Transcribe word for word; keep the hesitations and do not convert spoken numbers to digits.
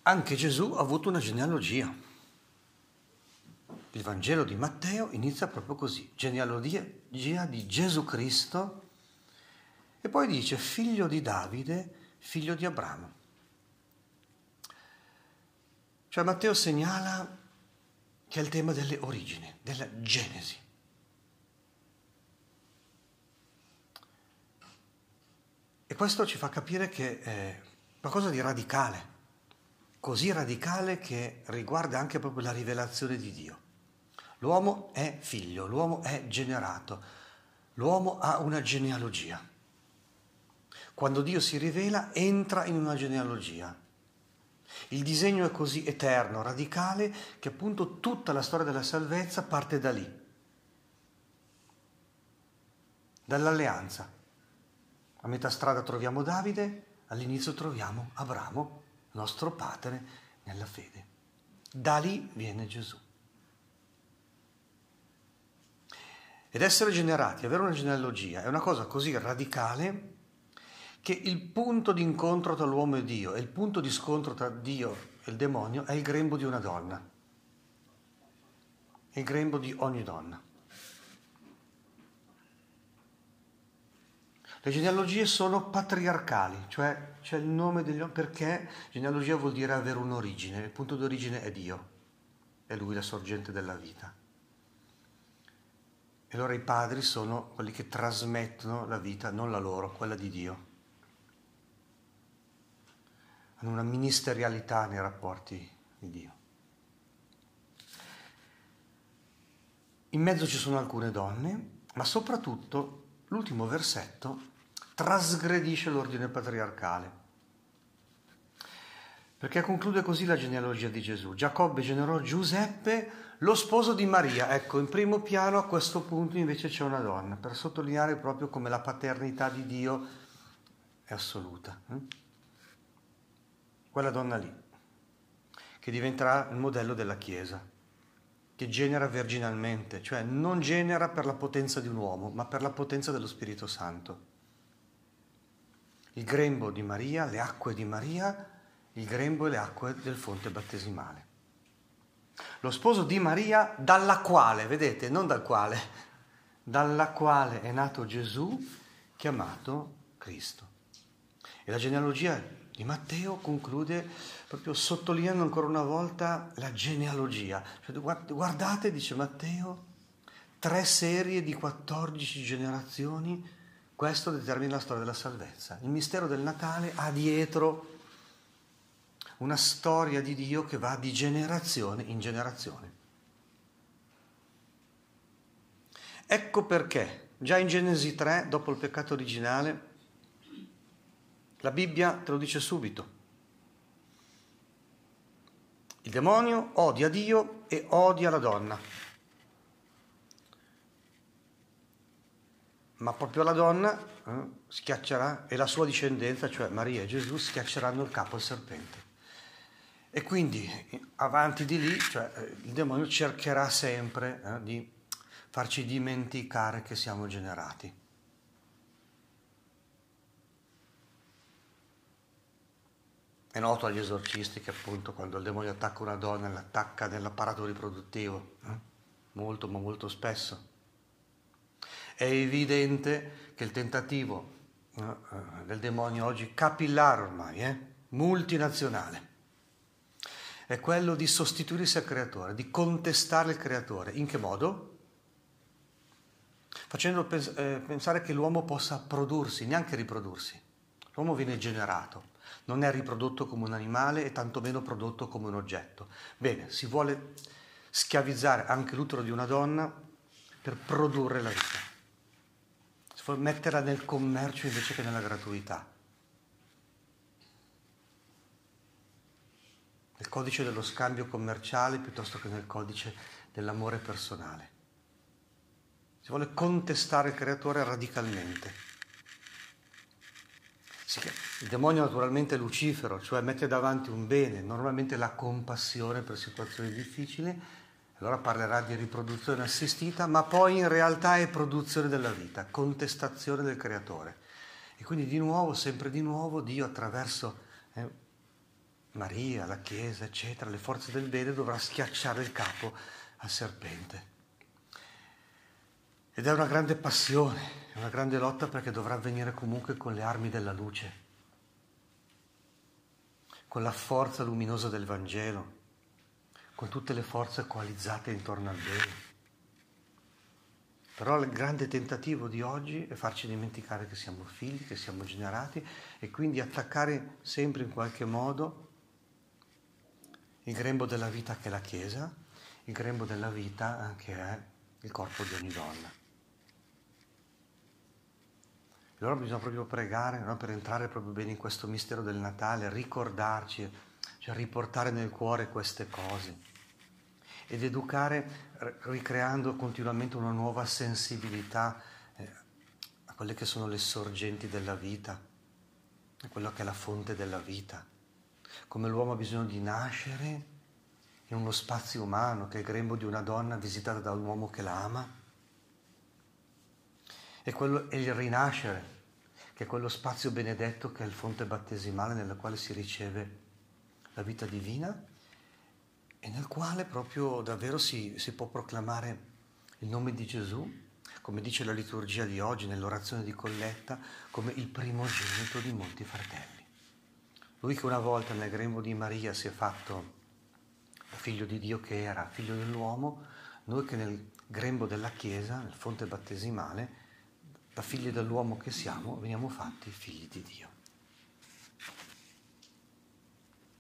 anche Gesù ha avuto una genealogia. Il Vangelo di Matteo inizia proprio così, genealogia di Gesù Cristo, e poi dice figlio di Davide, figlio di Abramo. Cioè Matteo segnala che è il tema delle origini, della genesi. E questo ci fa capire che è qualcosa di radicale, così radicale che riguarda anche proprio la rivelazione di Dio. L'uomo è figlio, l'uomo è generato, l'uomo ha una genealogia. Quando Dio si rivela, entra in una genealogia. Il disegno è così eterno, radicale, che appunto tutta la storia della salvezza parte da lì, dall'alleanza. A metà strada troviamo Davide, all'inizio troviamo Abramo, nostro padre nella fede. Da lì viene Gesù. Ed essere generati, avere una genealogia, è una cosa così radicale che il punto di incontro tra l'uomo e Dio e il punto di scontro tra Dio e il demonio è il grembo di una donna. È il grembo di ogni donna. Le genealogie sono patriarcali, cioè c'è il nome degli uomini, perché genealogia vuol dire avere un'origine, il punto di origine è Dio, è Lui la sorgente della vita. E allora i padri sono quelli che trasmettono la vita, non la loro, quella di Dio. Hanno una ministerialità nei rapporti di Dio. In mezzo ci sono alcune donne, ma soprattutto l'ultimo versetto trasgredisce l'ordine patriarcale, perché conclude così la genealogia di Gesù. Giacobbe generò Giuseppe, lo sposo di Maria. Ecco, in primo piano a questo punto invece c'è una donna, per sottolineare proprio come la paternità di Dio è assoluta. Quella donna lì, che diventerà il modello della Chiesa, che genera virginalmente, cioè non genera per la potenza di un uomo, ma per la potenza dello Spirito Santo. Il grembo di Maria, le acque di Maria, il grembo e le acque del fonte battesimale. Lo sposo di Maria, dalla quale, vedete, non dal quale, dalla quale è nato Gesù, chiamato Cristo. E la genealogia di Matteo conclude proprio sottolineando ancora una volta la genealogia. Cioè, guardate, dice Matteo, tre serie di quattordici generazioni, questo determina la storia della salvezza. Il mistero del Natale ha dietro una storia di Dio che va di generazione in generazione. Ecco perché, già in Genesi tre, dopo il peccato originale, la Bibbia te lo dice subito. Il demonio odia Dio e odia la donna. Ma proprio la donna eh, schiaccerà, e la sua discendenza, cioè Maria e Gesù, schiacceranno il capo al serpente. E quindi avanti di lì, cioè, il demonio cercherà sempre eh, di farci dimenticare che siamo generati. È noto agli esorcisti che appunto quando il demonio attacca una donna l'attacca nell'apparato riproduttivo, eh? molto ma molto spesso. È evidente che il tentativo eh, del demonio oggi, capillare ormai, eh? multinazionale, è quello di sostituirsi al creatore, di contestare il creatore. In che modo? Facendo pens- eh, pensare che l'uomo possa prodursi, neanche riprodursi. L'uomo viene generato, non è riprodotto come un animale e tantomeno prodotto come un oggetto. Bene, si vuole schiavizzare anche l'utero di una donna per produrre la vita. Si vuole metterla nel commercio invece che nella gratuità. Nel codice dello scambio commerciale piuttosto che nel codice dell'amore personale. Si vuole contestare il creatore radicalmente. Il demonio naturalmente è Lucifero, cioè mette davanti un bene, normalmente la compassione per situazioni difficili, allora parlerà di riproduzione assistita, ma poi in realtà è produzione della vita, contestazione del creatore. E quindi di nuovo, sempre di nuovo, Dio attraverso eh, Maria, la Chiesa, eccetera, le forze del bene, dovrà schiacciare il capo al serpente. Ed è una grande passione, è una grande lotta, perché dovrà avvenire comunque con le armi della luce, con la forza luminosa del Vangelo, con tutte le forze coalizzate intorno al bene. Però il grande tentativo di oggi è farci dimenticare che siamo figli, che siamo generati, e quindi attaccare sempre in qualche modo il grembo della vita che è la Chiesa, il grembo della vita che è il corpo di ogni donna. E allora bisogna proprio pregare, no? Per entrare proprio bene in questo mistero del Natale, ricordarci, cioè riportare nel cuore queste cose ed educare ricreando continuamente una nuova sensibilità eh, a quelle che sono le sorgenti della vita, a quello che è la fonte della vita. Come l'uomo ha bisogno di nascere in uno spazio umano, che è il grembo di una donna visitata da un uomo che la ama, e, quello, e il rinascere, che è quello spazio benedetto che è il fonte battesimale nella quale si riceve la vita divina e nel quale proprio davvero si, si può proclamare il nome di Gesù, come dice la liturgia di oggi nell'orazione di Colletta, come il primogenito di molti fratelli. Lui che una volta nel grembo di Maria si è fatto figlio di Dio che era, figlio dell'uomo, noi che nel grembo della Chiesa, nel fonte battesimale, da figli dell'uomo che siamo, veniamo fatti figli di Dio.